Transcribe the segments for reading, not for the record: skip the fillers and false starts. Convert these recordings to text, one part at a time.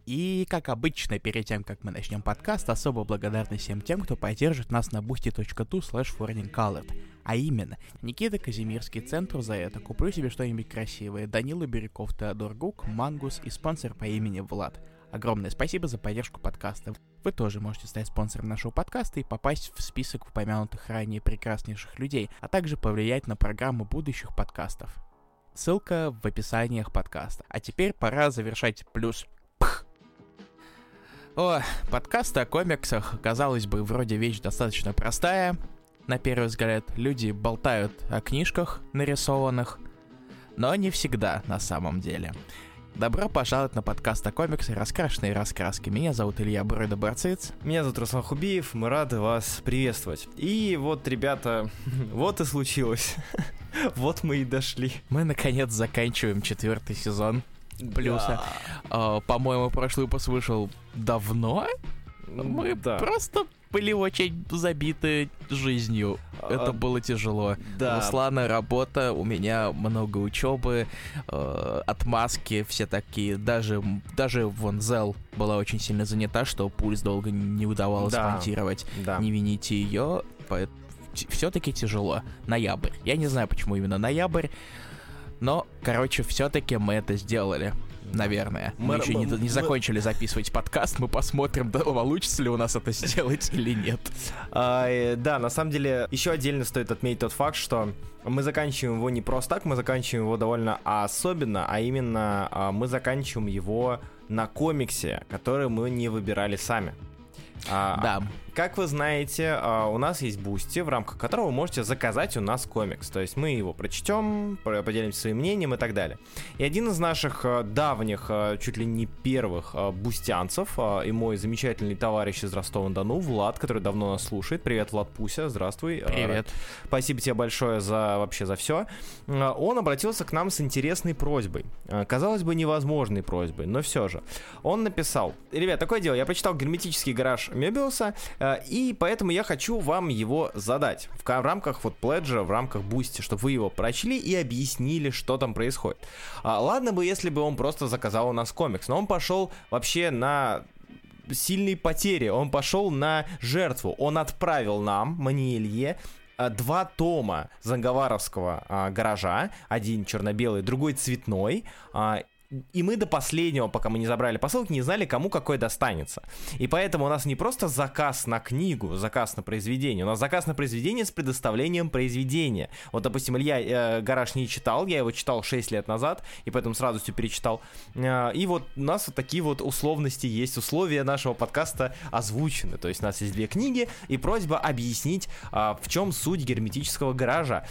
И, как обычно, перед тем, как мы начнем подкаст, особо благодарны всем тем, кто поддержит нас на boosty.tu/foreigncolor. А именно, Никита Казимирский, Центру за это, Куплю себе что-нибудь красивое, Данила Бирюков, Теодор Гук, Мангус и спонсор по имени Влад. Огромное спасибо за поддержку подкаста. Вы тоже можете стать спонсором нашего подкаста и попасть в список упомянутых ранее прекраснейших людей, а также повлиять на программу будущих подкастов. Ссылка в описаниях подкаста. А теперь пора завершать плюс. Подкасты о комиксах, казалось бы, вроде вещь достаточно простая. На первый взгляд, люди болтают о книжках нарисованных, но не всегда на самом деле. Добро пожаловать на подкаст о комиксах «Раскрашенные раскраски». Меня зовут Илья Буройда-Барциц. Меня зовут Руслан Хубиев, мы рады вас приветствовать. И вот, ребята, вот и случилось. Вот мы и дошли. Мы, наконец, заканчиваем 4-й сезон Плюса. Да. По-моему, прошлый выпуск вышел давно. Мы просто были очень забиты жизнью. Это было тяжело. Да. У Руслана работа, у меня много учебы, отмазки все такие. Даже вон Зел была очень сильно занята, что Пульс долго не удавалось монтировать. Да. Не вините ее. Все-таки тяжело. Ноябрь. Я не знаю, почему именно ноябрь. Но, короче, все-таки мы это сделали. Наверное. Мы еще не закончили записывать подкаст. Мы посмотрим, получится ли у нас это сделать или нет. Да, на самом деле, еще отдельно стоит отметить тот факт, что мы заканчиваем его не просто так, мы заканчиваем его довольно особенно, а именно мы заканчиваем его на комиксе, который мы не выбирали сами. Да. Как вы знаете, у нас есть Boosty, в рамках которого вы можете заказать у нас комикс. То есть мы его прочтем, поделимся своим мнением и так далее. И один из наших давних, чуть ли не первых бустянцев, и мой замечательный товарищ из Ростова-на-Дону, Влад, который давно нас слушает. Привет, Влад Пуся, здравствуй. Привет. Спасибо тебе большое за все. Он обратился к нам с интересной просьбой. Казалось бы, невозможной просьбой, но все же. Он написал: ребят, такое дело, я прочитал «Герметический гараж» Мёбиуса, и поэтому я хочу вам его задать в рамках вот пледжа, в рамках Boosty, чтобы вы его прочли и объяснили, что там происходит. Ладно бы, если бы он просто заказал у нас комикс, но он пошел вообще на сильные потери, он пошел на жертву, он отправил нам, мне и Илье, 2 тома Зангаваровского гаража, один черно-белый, другой цветной. И мы до последнего, пока мы не забрали посылки, не знали, кому какой достанется. И поэтому у нас не просто заказ на книгу, заказ на произведение, у нас заказ на произведение с предоставлением произведения. Вот, допустим, Илья «Гараж» не читал, я его читал 6 лет назад, и поэтому с радостью перечитал. И вот у нас вот такие вот условности есть, условия нашего подкаста озвучены. То есть у нас есть 2 книги, и просьба объяснить, в чем суть герметического гаража.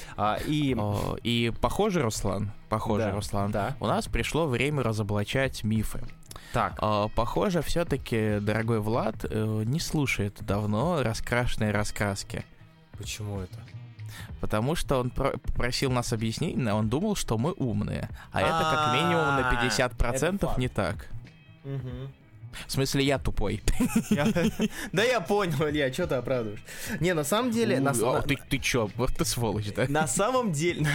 И похоже, Руслан, да. У нас пришло время разоблачать мифы. Так. Похоже, все-таки дорогой Влад не слушает давно раскрашенные раскраски. Почему это? Потому что он просил нас объяснить, но он думал, что мы умные. А это как минимум на 50% не так. В смысле, я тупой. Да я понял, Илья, что ты оправдываешь? Не, на самом деле... Ты чё, вот ты сволочь, да? На самом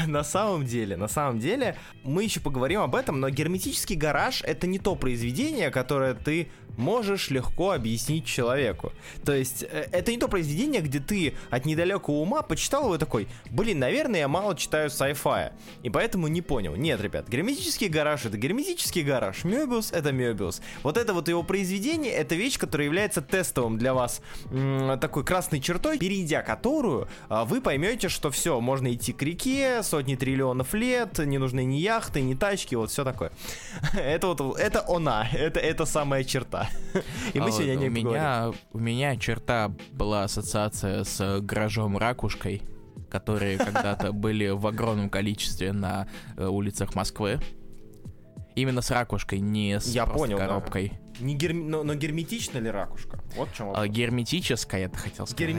деле, мы еще поговорим об этом, но «Герметический гараж» — это не то произведение, которое ты можешь легко объяснить человеку. То есть, это не то произведение, где ты от недалекого ума почитал его и такой: блин, наверное, я мало читаю sci-fi, и поэтому не понял. Нет, ребят, «Герметический гараж» — это герметический гараж, Мёбиус — это Мёбиус. Вот это вот его произведение — это вещь, которая является тестовым для вас такой красной чертой, перейдя которую вы поймете, что все, можно идти к реке, сотни триллионов лет, не нужны ни яхты, ни тачки, вот все такое. Это она, это самая черта. И мы сегодня не поговорим. У меня черта была ассоциация с гаражом Ракушкой, которые когда-то были в огромном количестве на улицах Москвы. Именно с ракушкой, не с коробкой. Да. Но герметична ли ракушка? Вот в чем вопрос. Герметическая, это хотел сказать.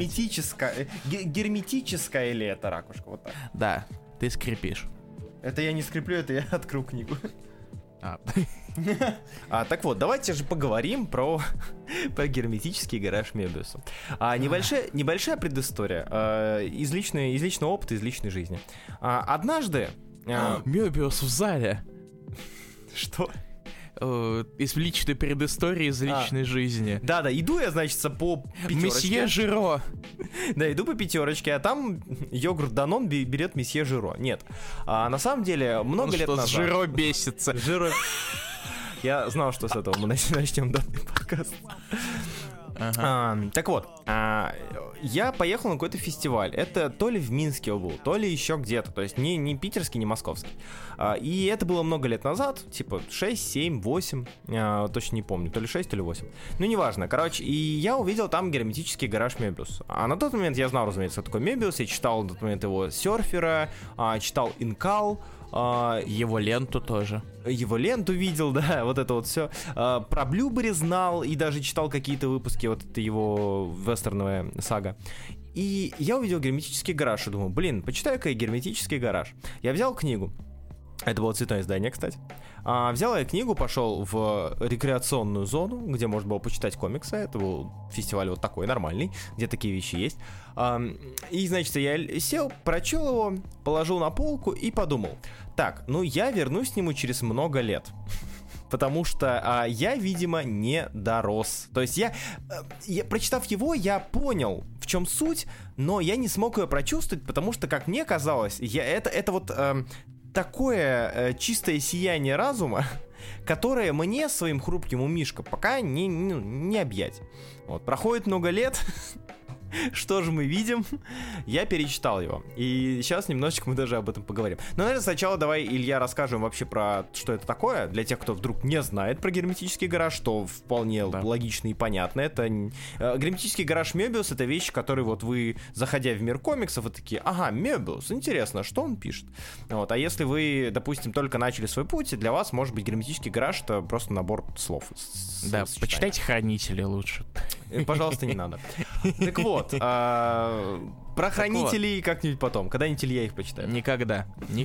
Герметическая ли это ракушка? Вот так. Да, ты скрипишь. Это я не скреплю, это я открыл книгу. Так вот, давайте же поговорим про герметический гараж Мёбиуса. Небольшая предыстория из личного опыта, из личной жизни. Однажды... Мёбиус в зале. Что? из личной предыстории, из личной жизни. Да, иду я, значит, по пятерочке. Месье Жиро. Да, иду по пятерочке, а там йогурт Данон берет месье Жиро. Нет. На самом деле, много лет назад... Жиро бесится. Жиро... Я знал, что с этого мы начнем данный подкаст. Так вот, я поехал на какой-то фестиваль. Это то ли в Минске был, то ли еще где-то. То есть не питерский, не московский. И это было много лет назад, типа 6, 7, 8, точно не помню, то ли 6, то ли 8. Ну, неважно. Короче, и я увидел там герметический гараж Möbius. А на тот момент я знал, разумеется, что такое Möbius. Я читал на тот момент его серфера, читал Инкал. Его ленту тоже. Его ленту видел, да, вот это вот все. Про Блюбери знал и даже читал какие-то выпуски, вот это его вестерновая сага. И я увидел герметический гараж и думаю, почитаю-ка я герметический гараж. Я взял книгу. Это было цветное издание, кстати. Взял я книгу, пошел в рекреационную зону, где можно было почитать комиксы. Это был фестиваль вот такой, нормальный, где такие вещи есть. И, значит, я сел, прочел его, положил на полку и подумал. Так, я вернусь к нему через много лет. Потому что я, видимо, не дорос. То есть я, прочитав его, я понял, в чем суть, но я не смог ее прочувствовать, потому что, как мне казалось, это вот... такое чистое сияние разума, которое мне своим хрупким умишком пока не объять. Вот, проходит много лет, что же мы видим? Я перечитал его. И сейчас немножечко мы даже об этом поговорим. Но, наверное, сначала давай, Илья, расскажем вообще про что это такое. Для тех, кто вдруг не знает про герметический гараж, что вполне логично и понятно. Это герметический гараж Möbius — это вещи, которые вот вы, заходя в мир комиксов, вы такие, ага, Möbius, интересно, что он пишет? Вот. А если вы, допустим, только начали свой путь, для вас, может быть, герметический гараж — это просто набор слов. Да, почитайте «Хранители» лучше. Пожалуйста, не надо. Так вот, про хранителей как-нибудь потом. Когда-нибудь Илья их почитает. Никогда.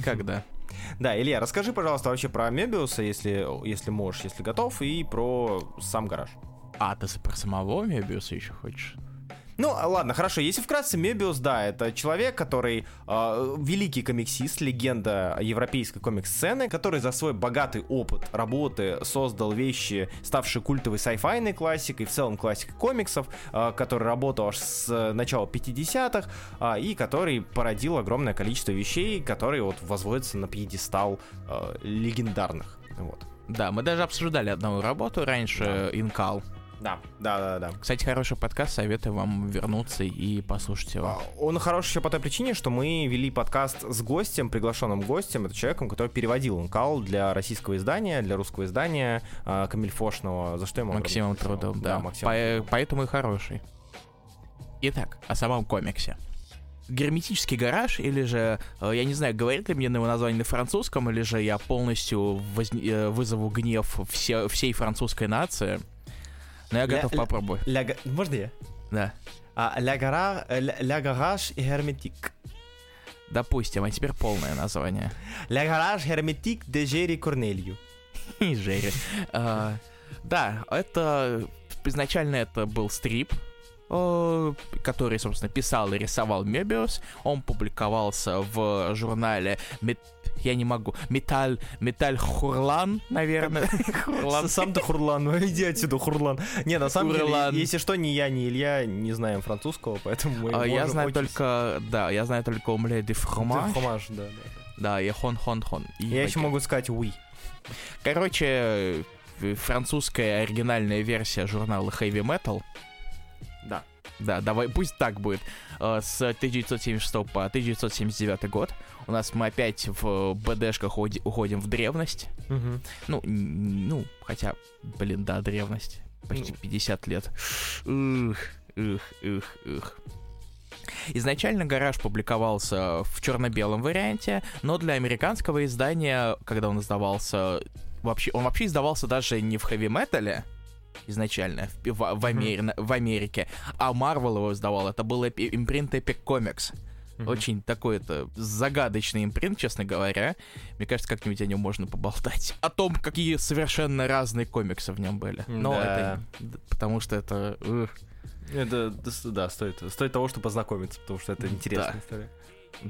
Да, Илья, расскажи, пожалуйста, вообще про Möbius, если можешь, если готов, и про сам гараж. Ты про самого Möbius еще хочешь? Ну, ладно, хорошо. Если вкратце, Möbius, да, это человек, который великий комиксист, легенда европейской комикс-сцены, который за свой богатый опыт работы создал вещи, ставшие культовой сайфайной классикой, в целом классикой комиксов, который работал аж с начала 50-х, и который породил огромное количество вещей, которые вот возводятся на пьедестал легендарных. Вот. Да, мы даже обсуждали одну работу раньше, Инкал. Да. Кстати, хороший подкаст, советую вам вернуться и послушать его. Он хороший еще по той причине, что мы вели подкаст с гостем, приглашенным гостем, это человеком, который переводил Инкал для российского издания, для русского издания камильфошного, за что ему Максимом Трудовым, да. Поэтому и хороший. Итак, о самом комиксе. Герметический гараж, или же, я не знаю, говорит ли мне на его название на французском, или же я полностью вызову гнев всей французской нации. Но я готов попробовать. Можно я? Да. Ля гараж hermétique. Допустим, а теперь полное название. Ля гараж hermétique de Jerry Corneliu. Жерри. Да, это... Изначально это был стрип, который, собственно, писал и рисовал Möbius. Он публиковался в журнале я не могу. Металь Хурлан, наверное. Сам ты Хурлан, иди отсюда, Хурлан. Не, на самом деле, если что, ни я, ни Илья не знаем французского, поэтому мы можем я знаю только, я знаю только омле де фромаж. Фромаж, да. Да, и хон. Я еще могу сказать oui. Короче, французская оригинальная версия журнала Heavy Metal. Да, давай, пусть так будет. С 1976 по 1979 год. У нас мы опять в БДшках уходим в древность. Ну, хотя, да, древность. Почти 50 лет. Изначально гараж публиковался в черно-белом варианте, но для американского издания, когда он издавался... Он вообще издавался даже не в хэви-метале, изначально в Америке, а Marvel его издавал. Это был импринт Epic Comics. Очень такой загадочный импринт, честно говоря. Мне кажется, как-нибудь о нем можно поболтать. О том, какие совершенно разные комиксы в нем были. Но это... Потому что это... Это, да, стоит того, чтобы познакомиться, потому что это интересная история. Да.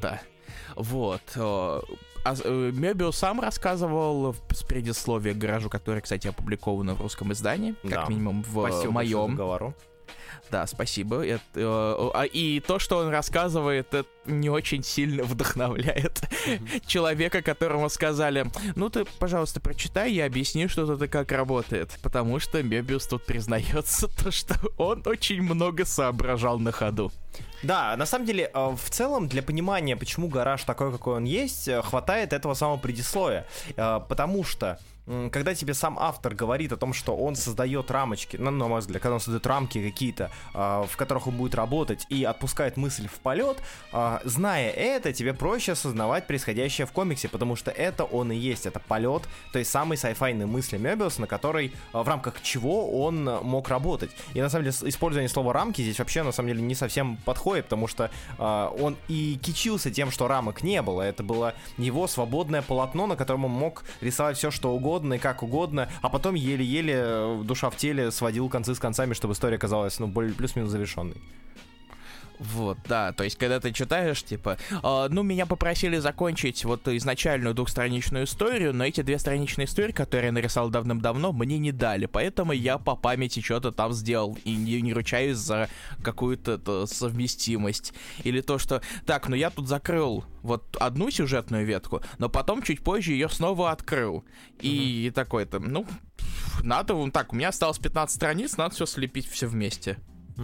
Вот. Мёбиус сам рассказывал с предисловия к гаражу, которое, кстати, опубликовано в русском издании, как минимум в моем. Да, спасибо. И то, что он рассказывает, это не очень сильно вдохновляет человека, которому сказали: ну ты, пожалуйста, прочитай и объясни, что это как работает. Потому что Мёбиус тут признается, то, что он очень много соображал на ходу. Да, на самом деле, в целом, для понимания, почему гараж такой, какой он есть, хватает этого самого предисловия. Потому что когда тебе сам автор говорит о том, что он создает рамочки, на мой взгляд, когда он создает рамки какие-то, в которых он будет работать и отпускает мысль в полет, зная это, тебе проще осознавать происходящее в комиксе, потому что это он и есть, это полет той самой сайфайной мысли Мёбиуса, на которой, в рамках чего он мог работать. И на самом деле использование слова рамки здесь вообще на самом деле не совсем подходит, потому что он и кичился тем, что рамок не было, это было его свободное полотно, на котором он мог рисовать все, что угодно и как угодно, а потом еле-еле душа в теле сводил концы с концами, чтобы история казалась, плюс-минус завершенной. Вот, да, то есть, когда ты читаешь, типа, меня попросили закончить вот изначальную двухстраничную историю, но эти двухстраничные истории, которые я нарисовал давным-давно, мне не дали, поэтому я по памяти что-то там сделал и не ручаюсь за какую-то совместимость. Или то, что, так, я тут закрыл вот одну сюжетную ветку, но потом чуть позже ее снова открыл. И такой-то, надо, так, у меня осталось 15 страниц, надо все слепить все вместе.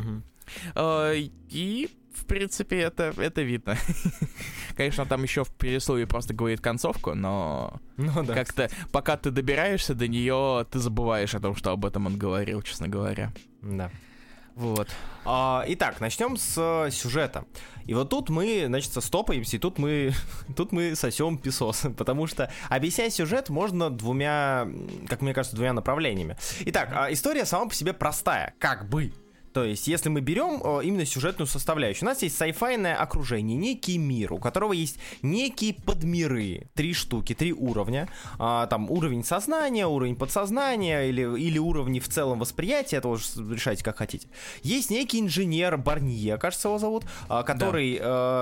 И, в принципе, это видно. Конечно, там еще в предисловии просто говорит концовку, но да, как-то пока ты добираешься до нее, ты забываешь о том, что об этом он говорил, честно говоря. Да. Вот. Итак, начнем с сюжета. И вот тут мы, стопаемся, и тут мы сосем песос, потому что объяснять сюжет можно двумя направлениями. Итак, история сама по себе простая, как бы. То есть, если мы берем именно сюжетную составляющую, у нас есть сайфайное окружение, некий мир, у которого есть некие подмиры, 3 штуки, 3 уровня, там уровень сознания, уровень подсознания или уровни в целом восприятия, это уже решайте как хотите. Есть некий инженер Барнье, кажется его зовут, который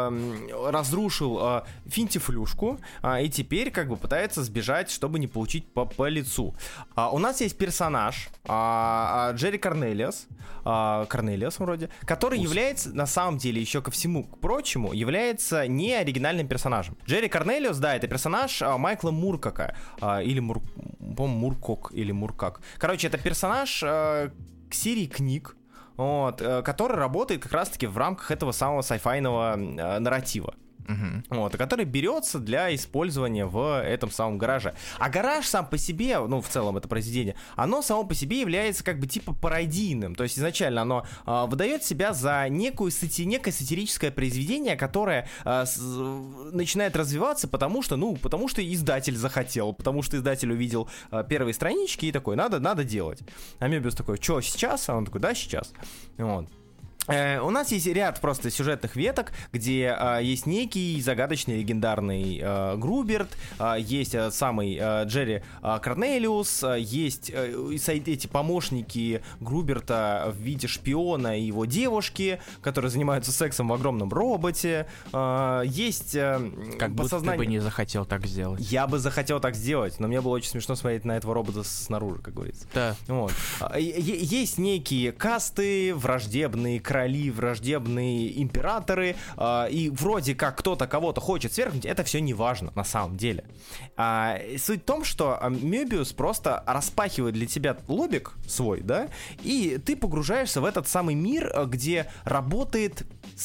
разрушил финтифлюшку и теперь пытается сбежать, чтобы не получить по лицу. У нас есть персонаж Джерри Корнелиус вроде, который является, на самом деле, еще ко всему прочему, является не оригинальным персонажем. Джерри Корнелиус, да, это персонаж Майкла Муркака, или по-моему, Муркок, или Муркак. Короче, это персонаж серии книг, который работает как раз-таки в рамках этого самого сайфайного нарратива. Который берется для использования в этом самом гараже. А гараж сам по себе, в целом это произведение, оно само по себе является типа пародийным. То есть изначально оно выдает себя за некое сатирическое произведение, которое начинает развиваться, потому что издатель захотел, потому что издатель увидел первые странички и такой, надо делать. А Мёбиус такой, что, сейчас? А он такой, да, сейчас. У нас есть ряд просто сюжетных веток, где есть некий загадочный легендарный Груберт, есть самый Джерри Корнелиус, есть эти помощники Груберта в виде шпиона и его девушки, которые занимаются сексом в огромном роботе, есть как будто ты бы не захотел так сделать. Я бы захотел так сделать, но мне было очень смешно смотреть на этого робота снаружи, как говорится. Да. Есть некие касты, враждебные короли, враждебные императоры, и вроде как кто-то кого-то хочет свергнуть, это все не важно на самом деле. Суть в том, что Мёбиус просто распахивает для тебя лобик свой, да, и ты погружаешься в этот самый мир, где работает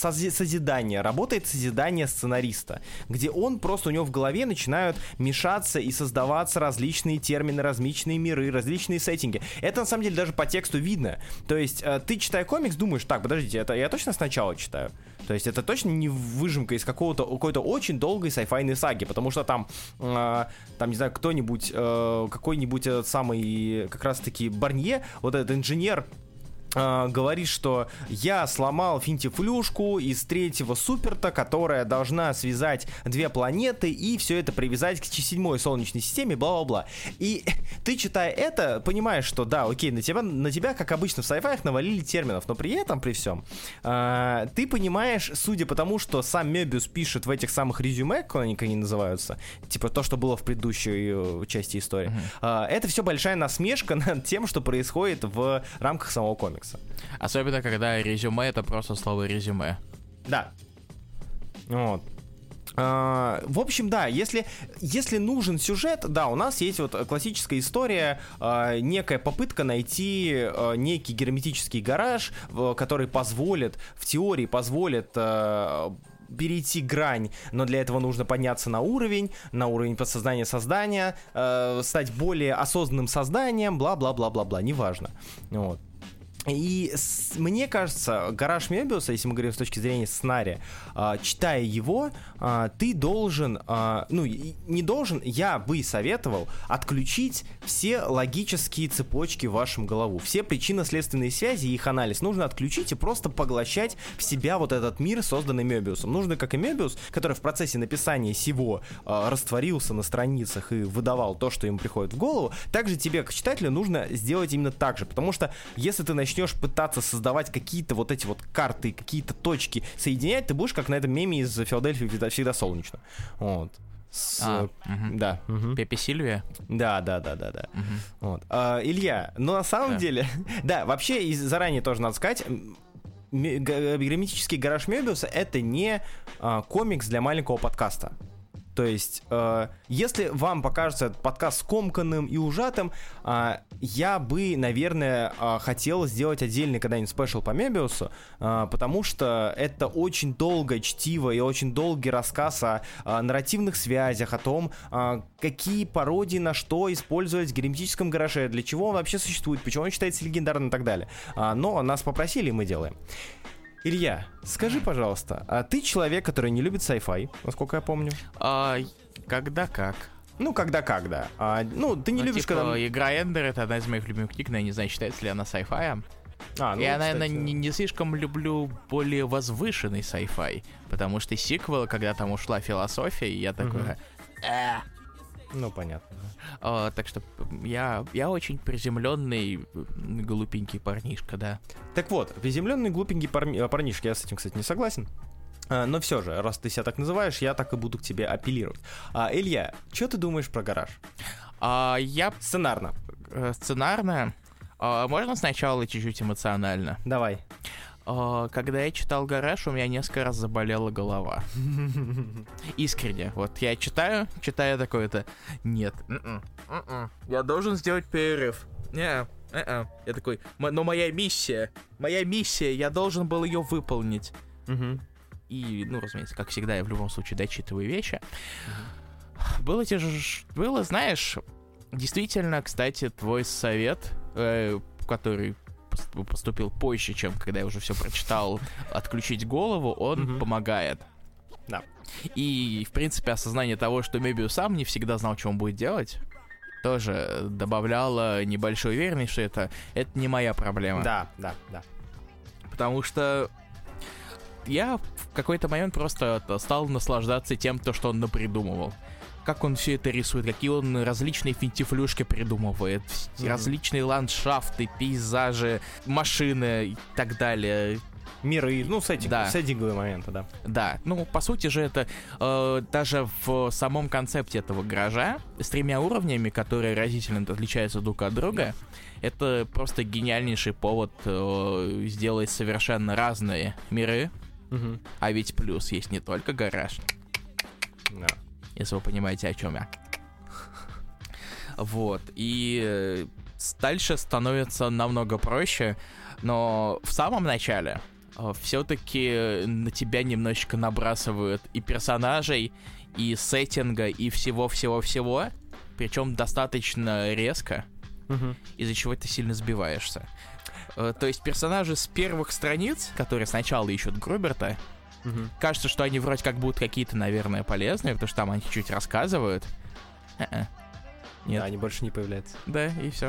созидание сценариста, где он просто, у него в голове начинают мешаться и создаваться различные термины, различные миры, различные сеттинги. Это на самом деле даже по тексту видно. То есть ты, читая комикс, думаешь, так, подождите, это я точно сначала читаю? То есть это точно не выжимка из какой-то очень долгой сайфайной саги, потому что там не знаю, какой-нибудь самый как раз-таки Барнье, вот этот инженер, говорит, что я сломал финтифлюшку из 3-го суперта, которая должна связать 2 планеты и все это привязать к 7-й Солнечной системе, бла-бла-бла. И ты, читая это, понимаешь, что да, окей, на тебя, как обычно в sci-fi, навалили терминов, но при этом, при всем, ты понимаешь, судя по тому, что сам Мёбиус пишет в этих самых резюме, как они называются, типа то, что было в предыдущей части истории, это все большая насмешка над тем, что происходит в рамках самого комикса. Особенно, когда резюме — это просто слово резюме. Да. Вот. В общем, да, если нужен сюжет, да, у нас есть вот классическая история, некая попытка найти некий герметический гараж, который в теории позволит перейти грань, но для этого нужно подняться на уровень подсознания создания, стать более осознанным созданием, бла-бла-бла-бла-бла, неважно. Вот. И мне кажется, гараж Мёбиуса, если мы говорим с точки зрения сценария, читая его, ты должен, не должен, я бы советовал отключить все логические цепочки в вашем голову. Все причинно-следственные связи и их анализ нужно отключить и просто поглощать в себя вот этот мир, созданный Мёбиусом. Нужно, как и Мёбиус, который в процессе написания сего растворился на страницах и выдавал то, что ему приходит в голову, также тебе, как читателю, нужно сделать именно так же. Потому что если ты начнешь пытаться создавать какие-то вот эти вот карты, какие-то точки соединять, ты будешь как на этом меме из Филадельфии всегда солнечно. Вот. Да. Пепе Сильвия? Да. Вот. Илья, но на самом деле, да, вообще заранее тоже надо сказать, герметический гараж Мёбиуса — это не комикс для маленького подкаста. То есть, если вам покажется этот подкаст скомканным и ужатым, я бы, наверное, хотел сделать отдельный когда-нибудь спешл по Мёбиусу, потому что это очень долгое чтиво и очень долгий рассказ о нарративных связях, о том, какие пародии на что использовать в герметическом гараже, для чего он вообще существует, почему он считается легендарным и так далее. Но нас попросили, и мы делаем. Илья, скажи, пожалуйста, а ты человек, который не любит sci-fi, насколько я помню? Когда как. Ну, когда как, да. Ты не любишь, типа, когда... Игра Эндер — это одна из моих любимых книг, но я не знаю, считается ли она sci-fi. Я, наверное, не слишком люблю более возвышенный sci-fi, потому что сиквел, когда там ушла философия, и я такой... Ну, понятно. Так что я очень приземленный, глупенький парнишка, да. Так вот, приземленный, глупенький парнишка, я с этим, кстати, не согласен. Но все же, раз ты себя так называешь, я так и буду к тебе апеллировать. Илья, что ты думаешь про гараж? Сценарно. Можно сначала чуть-чуть эмоционально? Давай. Когда я читал «Гараж», у меня несколько раз заболела голова. Искренне. Вот я читаю такое-то. Нет. Я должен сделать перерыв. Я такой, но моя миссия, я должен был ее выполнить. И, разумеется, как всегда, я в любом случае дочитываю вещи. Было, знаешь, действительно, кстати, твой совет, который поступил позже, чем когда я уже все прочитал, отключить голову, он помогает. Да. И, в принципе, осознание того, что Мёбиус сам не всегда знал, что он будет делать, тоже добавляло небольшой уверенность, что это не моя проблема. Да. Потому что я в какой-то момент просто стал наслаждаться тем, что он напридумывал. Как он все это рисует, какие он различные финтифлюшки придумывает, различные ландшафты, пейзажи, машины и так далее. Миры, сеттинговые моменты, да. Да, по сути же это даже в самом концепте этого гаража с 3 уровнями, которые разительно отличаются друг от друга, это просто гениальнейший повод сделать совершенно разные миры. А ведь плюс есть не только гараж. Да. Если вы понимаете, о чем я. Вот. И дальше становится намного проще, но в самом начале все-таки на тебя немножечко набрасывают и персонажей, и сеттинга, и всего-всего-всего, причем достаточно резко, из-за чего ты сильно сбиваешься. То есть персонажи с первых страниц, которые сначала ищут Груберта, кажется, что они вроде как будут какие-то, наверное, полезные, потому что там они чуть-чуть рассказывают. Нет. Да, они больше не появляются. Да, и все.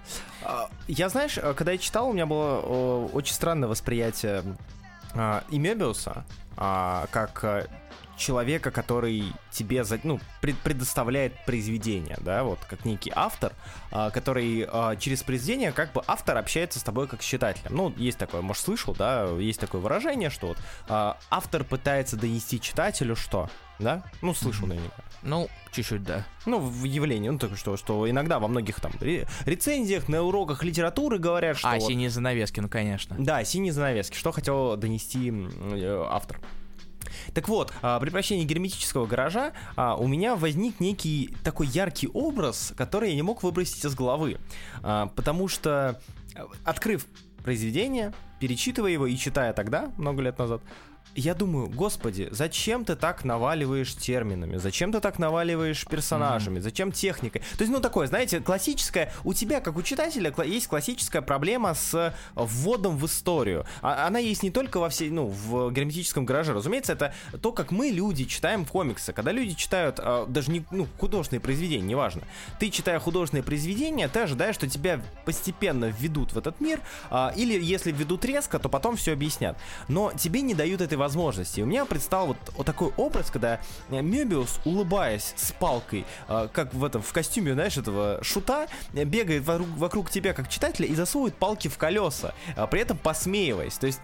Я, знаешь, когда я читал, у меня было очень странное восприятие и Мёбиуса, как человека, который тебе предоставляет произведение, да, вот как некий автор, который через произведение как бы автор общается с тобой как с читателем. Ну, есть такое, может, слышал, да, есть такое выражение, что вот автор пытается донести читателю что, да? Ну, слышал наверняка. Ну, чуть-чуть, да. Ну, в явлении, ну, так что иногда во многих там рецензиях, на уроках литературы говорят, что... синие занавески, ну, конечно. Да, синие занавески, что хотел донести автор. Так вот, при прочтении герметического гаража у меня возник некий такой яркий образ, который я не мог выбросить из головы. Потому что, открыв произведение, перечитывая его и читая тогда, много лет назад, я думаю, господи, зачем ты так наваливаешь терминами, зачем ты так наваливаешь персонажами, зачем техникой? То есть, ну, такое, знаете, классическое, у тебя, как у читателя, есть классическая проблема с вводом в историю. Она есть не только в герметическом гараже, разумеется, это то, как мы, люди, читаем комиксы. Когда люди читают даже не художественные произведения, неважно. Ты, читая художественные произведения, ты ожидаешь, что тебя постепенно введут в этот мир, или если введут резко, то потом все объяснят. Но тебе не дают этой возможности. У меня предстал вот такой образ, когда Мёбиус, улыбаясь с палкой, как в костюме, знаешь, этого шута, бегает вокруг тебя как читателя и засовывает палки в колеса, при этом посмеиваясь. То есть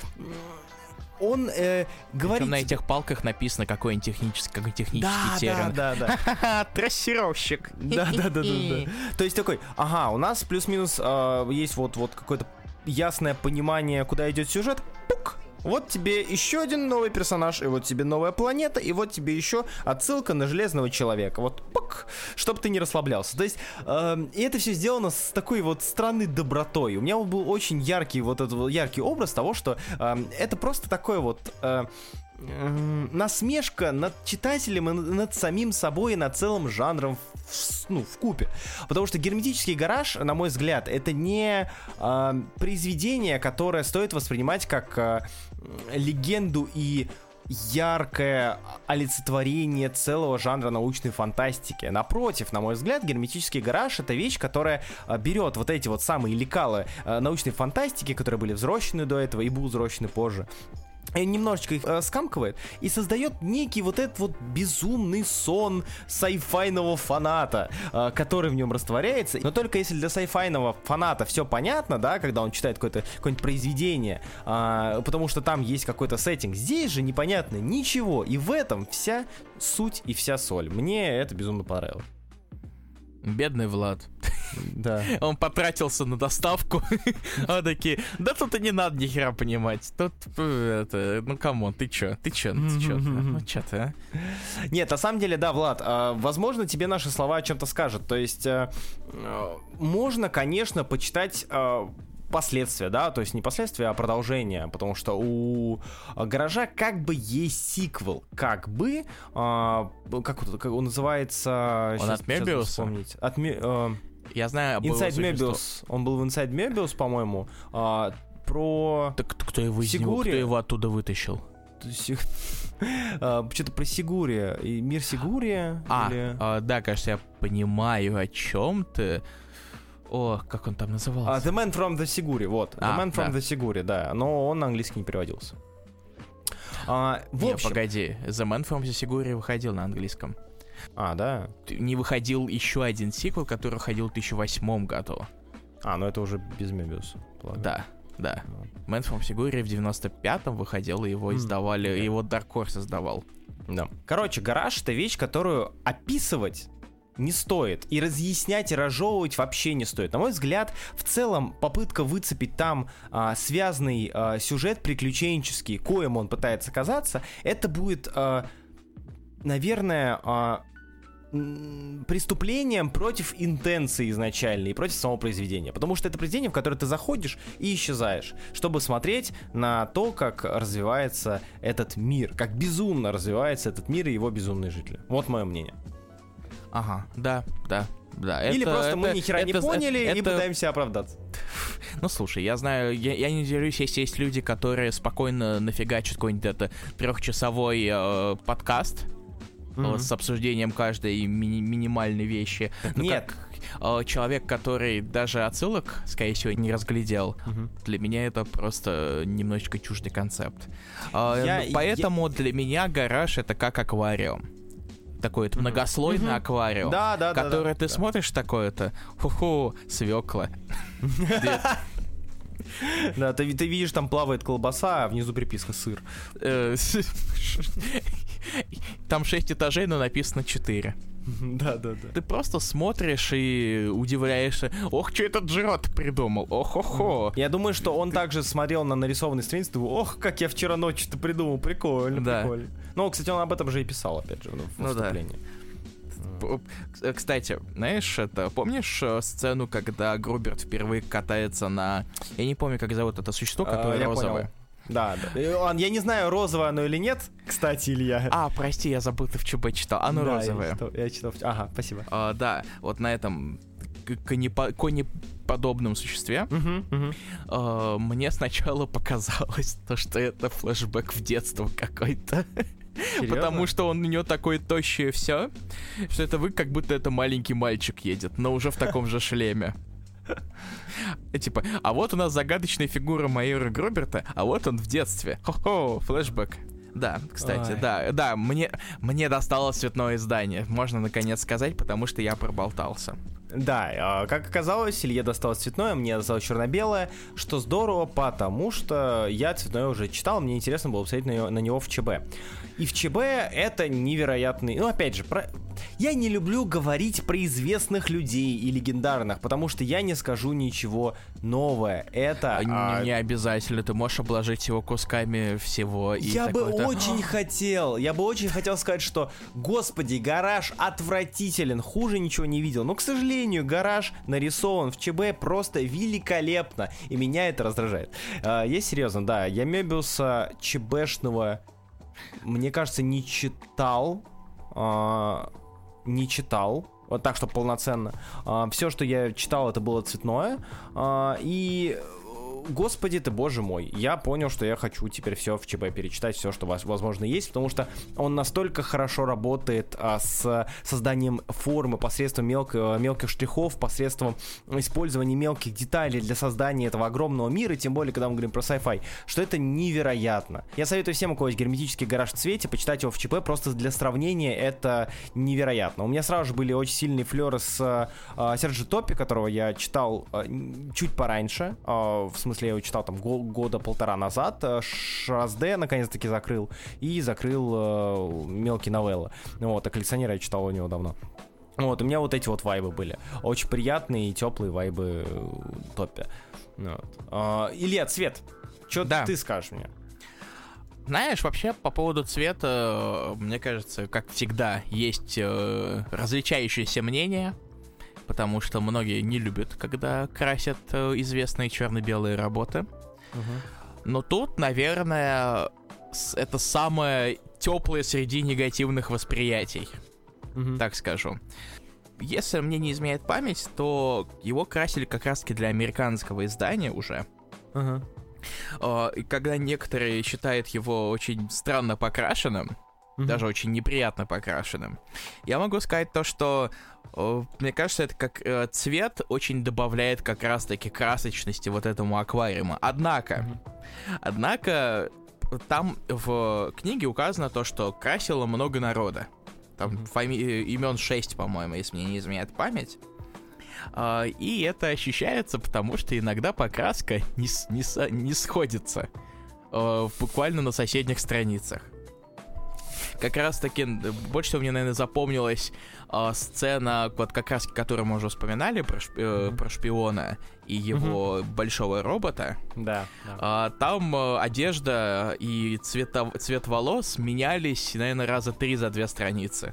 он говорит... Причем на этих палках написано какой-нибудь технический термин. Да. Трассировщик. Да. То есть такой, у нас плюс-минус есть вот какое-то ясное понимание, куда идет сюжет. Пук! Вот тебе еще один новый персонаж, и вот тебе новая планета, и вот тебе еще отсылка на Железного Человека. Вот, пак, чтобы ты не расслаблялся. То есть, и это все сделано с такой вот странной добротой. У меня был очень яркий яркий образ того, что это просто такое вот... насмешка над читателем и над самим собой и над целым жанром вкупе. Потому что герметический гараж, на мой взгляд, это не произведение, которое стоит воспринимать как легенду и яркое олицетворение целого жанра научной фантастики. Напротив, на мой взгляд, герметический гараж — это вещь, которая берет вот эти вот самые лекалы научной фантастики, которые были взрощены до этого и будут взрощены позже, и немножечко их скамкивает и создает некий вот этот вот безумный сон сайфайного фаната, который в нем растворяется. Но только если для сайфайного фаната все понятно, да, когда он читает какое-нибудь произведение, потому что там есть какой-то сеттинг. Здесь же непонятно ничего, и в этом вся суть и вся соль. Мне это безумно понравилось. Бедный Влад. Да. Он потратился на доставку. А такие, да тут и не надо ни хера понимать. Тут камон, ты чё? Ну чё ты, а? Нет, на самом деле, да, Влад, возможно, тебе наши слова о чем-то скажут. То есть, можно, конечно, почитать последствия, да, то есть не последствия, а продолжение, потому что у гаража как бы есть сиквел, как он называется... Он от Мёбиуса? Я знаю, Inside Möbius. Он был в Inside Möbius, по-моему. Про... Так кто его оттуда вытащил? Что-то про Сигури. Мир Сигури? Да, кажется, я понимаю, о чем ты. О, как он там назывался? The Man from the Siguri, вот. The Man from the Siguri, да. Но он на английский не переводился. Погоди. The Man from the Siguri выходил на английском. Да? Не выходил еще один сиквел, который выходил в 2008 году. Но это уже без Мебиуса. Да. Man from Siguri в 95-м выходил, и его издавали, его Dark Horse издавал. Да. Короче, гараж — это вещь, которую описывать не стоит. И разъяснять, и разжевывать вообще не стоит. На мой взгляд, в целом, попытка выцепить там связанный сюжет приключенческий, коим он пытается казаться, это будет, наверное, преступлением против интенции изначальной и против самого произведения. Потому что это произведение, в которое ты заходишь и исчезаешь, чтобы смотреть на то, как развивается этот мир, как безумно развивается этот мир и его безумные жители. Вот мое мнение. Ага, да. Или просто мы ни хера не поняли и пытаемся оправдаться. Ну, слушай, я знаю, я не делюсь, если есть люди, которые спокойно нафигачат какой-нибудь 3-часовой подкаст, вот, с обсуждением каждой минимальной вещи. Нет. Как человек, который даже отсылок, скорее всего, не разглядел, для меня это просто немножечко чуждый концепт. Поэтому для меня гараж — это как аквариум. Такой вот многослойный аквариум, который ты смотришь такое-то, ху-ху, свекла. Да, ты видишь, там плавает колбаса, а внизу приписка сыр. Там 6 этажей, но написано 4. Да. Ты просто смотришь и удивляешься. Ох, что этот Джерот придумал. Ох-хо-хо. Я думаю, что он также смотрел на нарисованный страницы, думал, ох, как я вчера ночью-то придумал, прикольно, прикольно. Ну, кстати, он об этом же и писал, опять же, в вступлении. Кстати, знаешь, помнишь сцену, когда Груберт впервые катается на... Я не помню, как зовут это существо, которое розовое. Понял. Да. Я не знаю, розовое оно или нет, кстати, Илья. Прости, я забыл, ты в ЧБ читал. Оно розовое. Я читал. Ага, спасибо. Да, вот на этом конеподобном существе мне сначала показалось, что это флешбэк в детство какой-то. Серьезно? Потому что он у него такое тощее все, что это как будто это маленький мальчик едет, но уже в таком же шлеме. Типа, а вот у нас загадочная фигура майора Груберта, а вот он в детстве. Хо-хо, флешбэк. Да, кстати, да, мне досталось цветное издание, можно наконец сказать, потому что я проболтался. Да, как оказалось, Илье досталось цветное, мне досталось черно-белое, что здорово, потому что я цветное уже читал, мне интересно было посмотреть на него в ЧБ. И в ЧБ это невероятный... Ну, опять же, я не люблю говорить про известных людей и легендарных, потому что я не скажу ничего новое. Это... Не обязательно, ты можешь обложить его кусками всего. Я бы очень хотел сказать, что, господи, гараж отвратителен, хуже ничего не видел. Но, к сожалению, гараж нарисован в ЧБ просто великолепно, и меня это раздражает. Я серьезно, да, я Мёбиуса ЧБшного... Мне кажется, не читал, вот так, что полноценно. Все, что я читал, это было цветное. И, господи ты, боже мой, я понял, что я хочу теперь все в ЧБ перечитать, все, что возможно есть, потому что он настолько хорошо работает с созданием формы посредством мелких штрихов, посредством использования мелких деталей для создания этого огромного мира, тем более, когда мы говорим про sci-fi, что это невероятно. Я советую всем, у кого есть герметический гараж в цвете, почитать его в ЧБ, просто для сравнения это невероятно. У меня сразу же были очень сильные флеры с Серджи Топи, которого я читал чуть пораньше, в смысле, я его читал там года полтора назад. Шразде наконец-таки закрыл мелкие новеллы. Вот, а коллекционера я читал у него давно. Вот, у меня вот эти вот вайбы были. Очень приятные и теплые вайбы Топпи. Вот. Илья, цвет. Что ты скажешь мне? Знаешь, вообще, по поводу цвета, мне кажется, как всегда, есть различающиеся мнения. Потому что многие не любят, когда красят известные черно-белые работы. Но тут, наверное, это самое теплое среди негативных восприятий, так скажу. Если мне не изменяет память, то его красили как раз-таки для американского издания уже. И когда некоторые считают его очень странно покрашенным, даже очень неприятно покрашенным, я могу сказать то, что мне кажется, это как цвет очень добавляет как раз-таки красочности вот этому аквариуму. Однако, там в книге указано то, что красило много народа. Там имен 6, по-моему, если мне не изменяет память. И это ощущается, потому что иногда покраска не сходится буквально на соседних страницах. Как раз таки, больше всего мне, наверное, запомнилась сцена, вот как раз, которую мы уже вспоминали, про шпиона и его большого робота. Да. Там одежда и цвет волос менялись, наверное, раза 3 за 2 страницы.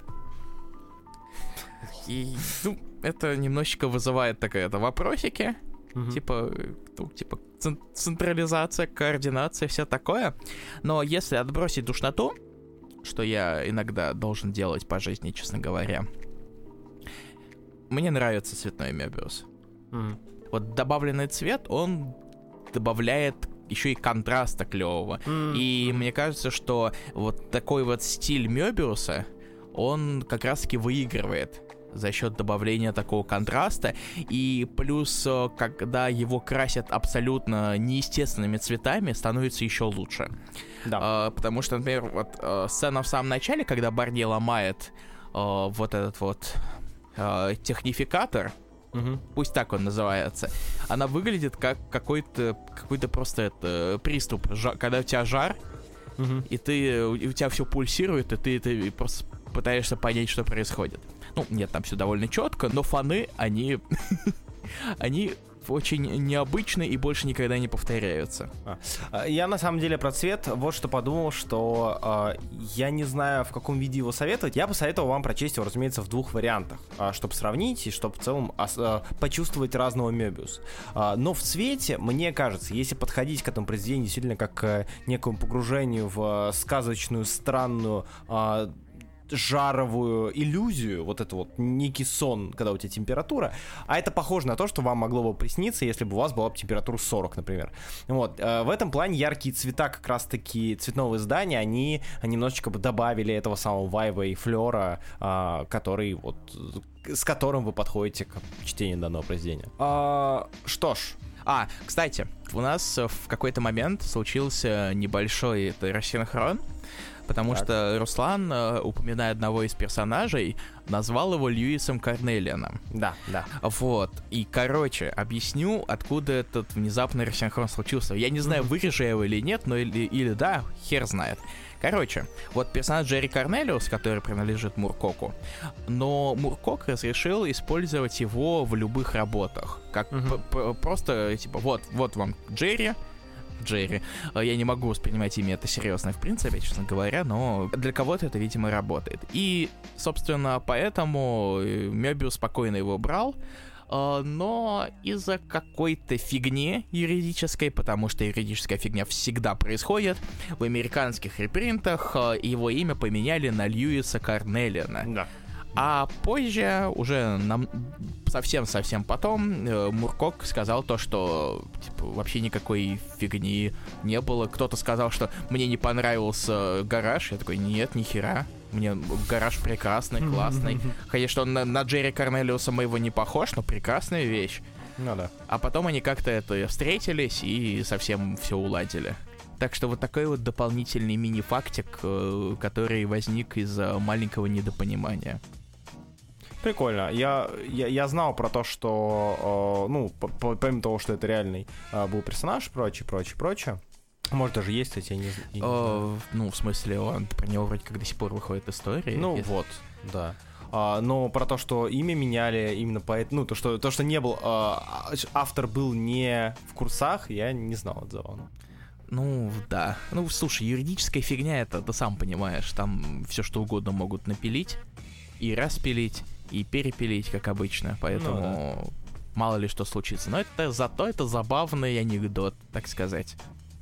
И, это немножечко вызывает вопросики. Типа централизация, координация, все такое. Но если отбросить душноту, что я иногда должен делать по жизни, честно говоря, мне нравится цветной Мёбиус. Вот добавленный цвет, он добавляет еще и контраста клевого. И мне кажется, что вот такой вот стиль Мёбиуса, он как раз-таки выигрывает за счет добавления такого контраста, и плюс, когда его красят абсолютно неестественными цветами, становится еще лучше. Да. Потому что, например, вот сцена в самом начале, когда Барни ломает вот этот вот технификатор, пусть так он называется, она выглядит как какой-то просто приступ, когда у тебя жар, и у тебя все пульсирует, и ты просто пытаешься понять, что происходит. Ну, нет, там все довольно четко, но фаны, они очень необычны и больше никогда не повторяются. Я на самом деле про цвет вот что подумал, что я не знаю, в каком виде его советовать. Я посоветовал вам прочесть его, разумеется, в двух вариантах, чтобы сравнить и чтобы в целом почувствовать разного Мёбиус. Но в цвете, мне кажется, если подходить к этому произведению действительно как к некому погружению в сказочную, странную, жаровую иллюзию, вот это вот некий сон, когда у тебя температура, а это похоже на то, что вам могло бы присниться, если бы у вас была бы температура 40, например. Вот, в этом плане яркие цвета, как раз-таки цветного издания, они немножечко бы добавили этого самого вайба и флера, который вот, с которым вы подходите к чтению данного произведения. Что ж, кстати, у нас в какой-то момент случился небольшой рассинхрон, потому что Руслан, упоминая одного из персонажей, назвал его Льюисом Корнелианом. Да. Вот. И, короче, объясню, откуда этот внезапный рассинхрон случился. Я не знаю, вырежу я его или нет, но или да, хер знает. Короче, вот персонаж Джерри Корнелиус, который принадлежит Муркоку, но Муркок разрешил использовать его в любых работах. Как просто, типа, вот вам Джерри. Я не могу воспринимать имя это серьезно, в принципе, честно говоря, но для кого-то это, видимо, работает. И, собственно, поэтому Мёбиус спокойно его брал, но из-за какой-то фигни юридической, потому что юридическая фигня всегда происходит, в американских репринтах его имя поменяли на Льюиса Корнелиана. Да. А позже, уже совсем потом, Муркок сказал то, что типа, вообще никакой фигни не было. Кто-то сказал, что мне не понравился гараж. Я такой, нет, нихера. Мне гараж прекрасный, классный. Конечно, он на Джерри Корнелиуса моего не похож, но прекрасная вещь. Ну да. А потом они как-то встретились и совсем все уладили. Так что вот такой вот дополнительный мини-фактик, который возник из-за маленького недопонимания. Прикольно. Я знал про то, что, помимо того, что это реальный был персонаж, прочее. Может, даже есть, кстати, я не знаю. В смысле, про него вроде как до сих пор выходит история. Вот, да. Но про то, что имя меняли именно поэтому, то, что не был, автор был не в курсах, я не знал от забавно. Да. Слушай, юридическая фигня, это ты сам понимаешь, там все что угодно могут напилить и распилить, и перепилить, как обычно, поэтому мало ли что случится. Но зато это забавный анекдот, так сказать.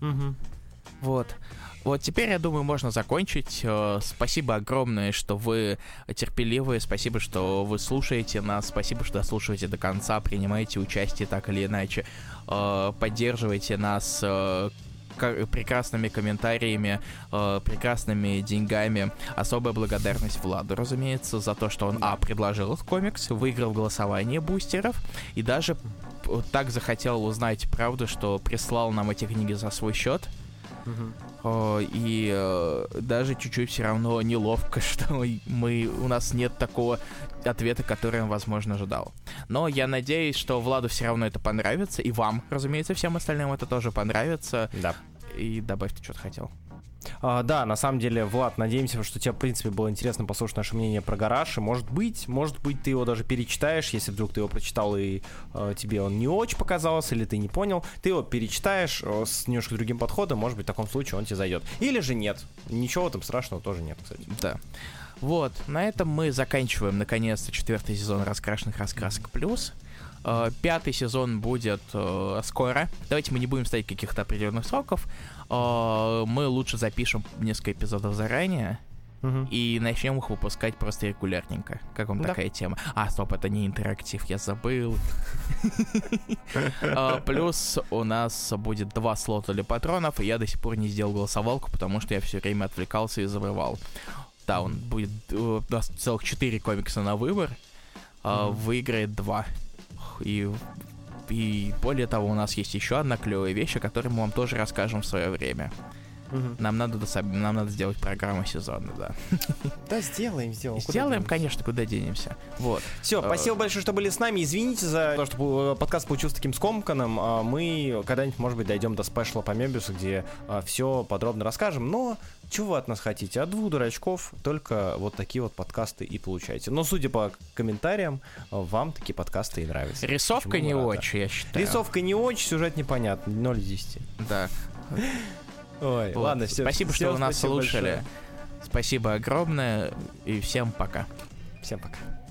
Вот теперь, я думаю, можно закончить. Спасибо огромное, что вы терпеливые, спасибо, что вы слушаете нас, спасибо, что дослушиваете до конца, принимаете участие так или иначе, поддерживаете нас прекрасными комментариями, прекрасными деньгами. Особая благодарность Владу, разумеется, за то, что он предложил этот комикс, выиграл голосование бустеров и даже так захотел узнать правду, что прислал нам эти книги за свой счет. И даже чуть-чуть все равно неловко, что у нас нет такого ответа, который он, возможно, ожидал. Но я надеюсь, что Владу все равно это понравится, и вам, разумеется, всем остальным это тоже понравится. Да. И добавь, ты что-то хотел. Да, на самом деле, Влад, надеемся, что тебе, в принципе, было интересно послушать наше мнение про гараж, и может быть, ты его даже перечитаешь, если вдруг ты его прочитал и тебе он не очень показался, или ты не понял, ты его перечитаешь с немножко другим подходом, может быть, в таком случае он тебе зайдет. Или же нет, ничего в этом страшного тоже нет, кстати. Да. Вот, на этом мы заканчиваем, наконец-то, 4-й сезон «Раскрашенных раскрасок плюс». 5-й сезон будет скоро. Давайте мы не будем ставить каких-то определенных сроков. Мы лучше запишем несколько эпизодов заранее и начнем их выпускать просто регулярненько. Как вам такая тема? Стоп, это не интерактив, я забыл. Плюс у нас будет 2 слота для патронов, и я до сих пор не сделал голосовалку, потому что я все время отвлекался и забывал. Да, он будет... У нас целых 4 комикса на выбор. Выиграет 2. И более того, у нас есть еще одна клевая вещь, о которой мы вам тоже расскажем в свое время. Нам надо сделать программу сезона, да. Да, сделаем, конечно, куда денемся. Вот. Все, спасибо большое, что были с нами. Извините за то, что подкаст получился таким скомканным. Мы когда-нибудь, может быть, дойдем до спешла по Мебиусу, где все подробно расскажем. Но чего вы от нас хотите? От 2 дурачков только вот такие вот подкасты и получаете. Но, судя по комментариям, вам такие подкасты и нравятся. Рисовка не очень, я считаю. Рисовка не очень, сюжет непонятный. 0 из 10. Да. Ой, вот. Ладно, все. Спасибо, что вы нас слушали. Большое. Спасибо огромное и всем пока. Всем пока.